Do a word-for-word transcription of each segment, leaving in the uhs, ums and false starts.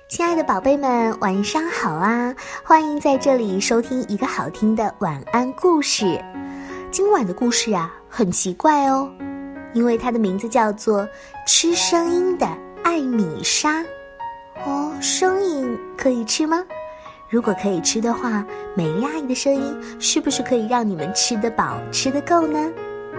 亲爱的宝贝们，晚上好啊！欢迎在这里收听一个好听的晚安故事。今晚的故事啊，很奇怪哦，因为它的名字叫做《吃声音的艾米莎》。哦，声音可以吃吗？如果可以吃的话，美丽阿姨的声音是不是可以让你们吃得饱、吃得够呢？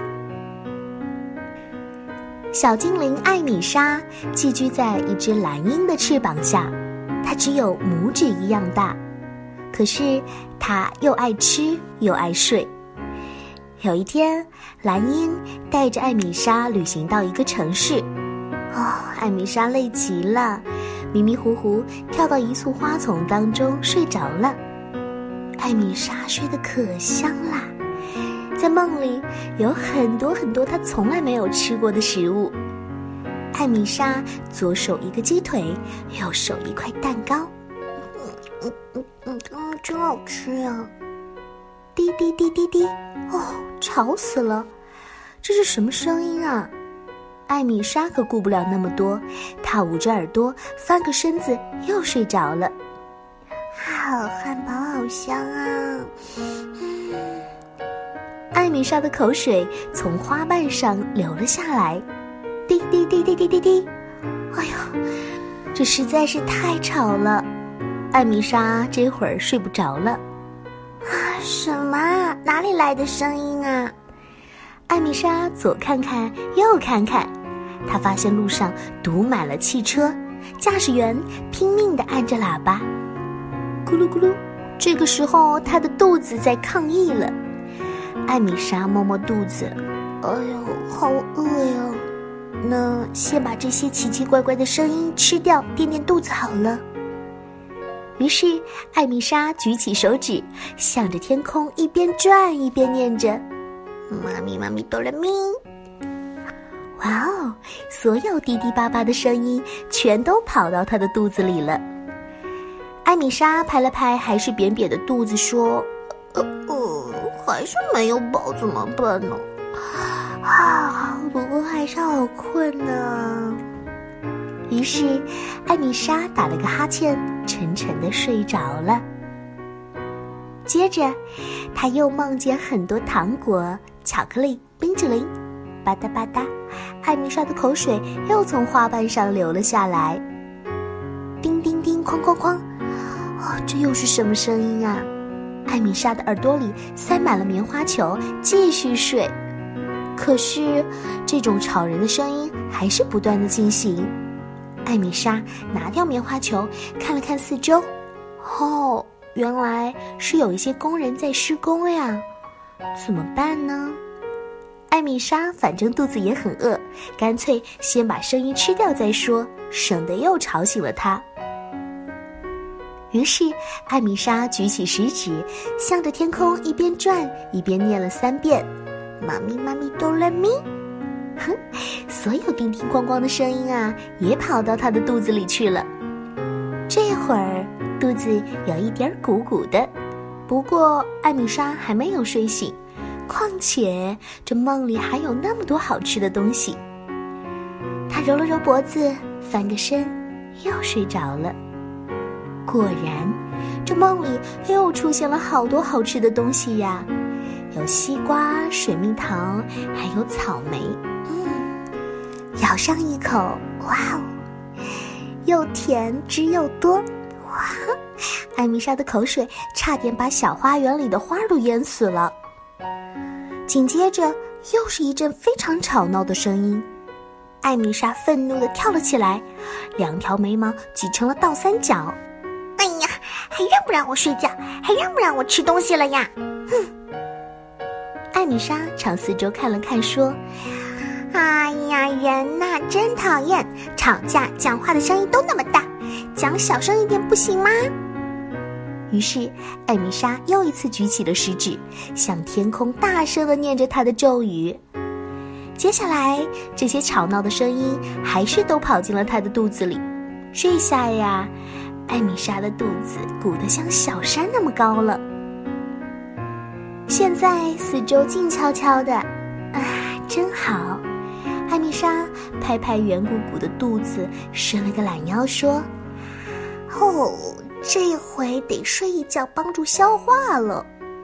小精灵艾米莎寄居在一只蓝鹰的翅膀下，它只有拇指一样大，可是它又爱吃又爱睡。有一天，蓝鹰带着艾米莎旅行到一个城市，哦，艾米莎累极了，迷迷糊糊跳到一簇花丛当中睡着了。艾米莎睡得可香啦，在梦里有很多很多她从来没有吃过的食物。艾米莎左手一个鸡腿，右手一块蛋糕，嗯嗯嗯嗯，真好吃呀！滴滴滴滴滴，哦，吵死了！这是什么声音啊？艾米莎可顾不了那么多，她捂着耳朵，翻个身子，又睡着了。好，汉堡好香啊！嗯，艾米莎的口水从花瓣上流了下来，滴滴滴滴滴滴滴。哎呦，这实在是太吵了，艾米莎这会儿睡不着了。啊，什么啊？哪里来的声音啊？艾米莎左看看右看看，她发现路上堵满了汽车，驾驶员拼命地按着喇叭，咕噜咕噜。这个时候她的肚子在抗议了。艾米莎摸摸肚子，哎呦，好饿呀！那先把这些奇奇怪怪的声音吃掉，垫垫肚子好了。于是艾米莎举起手指，向着天空一边转一边念着妈咪妈咪哆来咪。哇哦，所有滴滴叭叭的声音全都跑到她的肚子里了。艾米莎拍了拍还是扁扁的肚子说，呃呃还是没有饱，怎么办呢？啊，不过还是好困呢。于是艾米莎打了个哈欠，沉沉地睡着了。接着她又梦见很多糖果、巧克力、冰淇淋，吧嗒吧嗒，艾米莎的口水又从花瓣上流了下来。叮叮叮，哐哐哐，哦，这又是什么声音啊？艾米莎的耳朵里塞满了棉花球，继续睡。可是这种吵人的声音还是不断的进行。艾米莎拿掉棉花球，看了看四周，哦，原来是有一些工人在施工呀，怎么办呢？艾米莎反正肚子也很饿，干脆先把声音吃掉再说，省得又吵醒了她。于是艾米莎举起食指，向着天空一边转一边念了三遍妈咪妈咪哆来咪。哼，所有叮叮咣咣的声音啊，也跑到她的肚子里去了。这会儿肚子有一点鼓鼓的，不过艾米莎还没有睡醒，况且这梦里还有那么多好吃的东西。她揉了揉脖子，翻个身，又睡着了。果然，这梦里又出现了好多好吃的东西呀，有西瓜、水蜜桃，还有草莓。嗯，咬上一口，哇哦，又甜汁又多，哇！艾米莎的口水差点把小花园里的花都淹死了。紧接着，又是一阵非常吵闹的声音。艾米莎愤怒地跳了起来，两条眉毛挤成了倒三角。哎呀，还让不让我睡觉？还让不让我吃东西了呀？哼！艾米莎朝四周看了看，说：“哎呀，人呐，真讨厌！吵架、讲话的声音都那么大，讲小声一点不行吗？”于是，艾米莎又一次举起了食指，向天空大声地念着她的咒语。接下来，这些吵闹的声音还是都跑进了她的肚子里。这下呀，艾米莎的肚子鼓得像小山那么高了。现在四周静悄悄的，啊，真好。艾米莎拍拍圆鼓鼓的肚子，伸了个懒腰说：“ 哦，这回得睡一觉帮助消化了。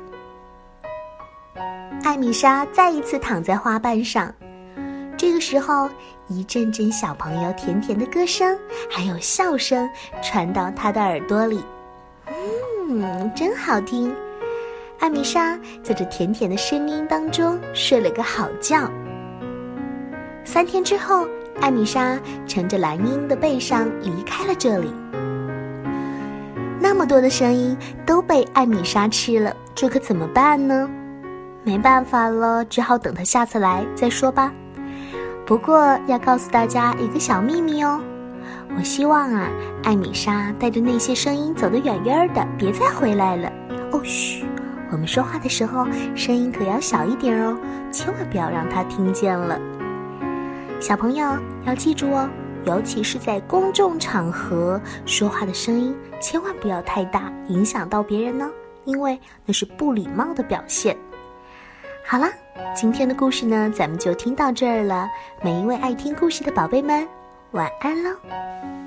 艾米莎再一次躺在花瓣上，这个时候，一阵阵小朋友甜甜的歌声，还有笑声传到她的耳朵里。嗯，真好听。艾米莎在这甜甜的声音当中睡了个好觉。三天之后，艾米莎乘着蓝鹰的背上离开了这里。那么多的声音都被艾米莎吃了，这可怎么办呢？没办法了，只好等她下次来再说吧。不过要告诉大家一个小秘密哦，我希望啊，艾米莎带着那些声音走得远远的，别再回来了。哦，嘘，我们说话的时候声音可要小一点哦，千万不要让她听见了。小朋友要记住哦，尤其是在公众场合说话的声音千万不要太大，影响到别人呢，因为那是不礼貌的表现。好啦，今天的故事呢，咱们就听到这儿了。每一位爱听故事的宝贝们，晚安喽。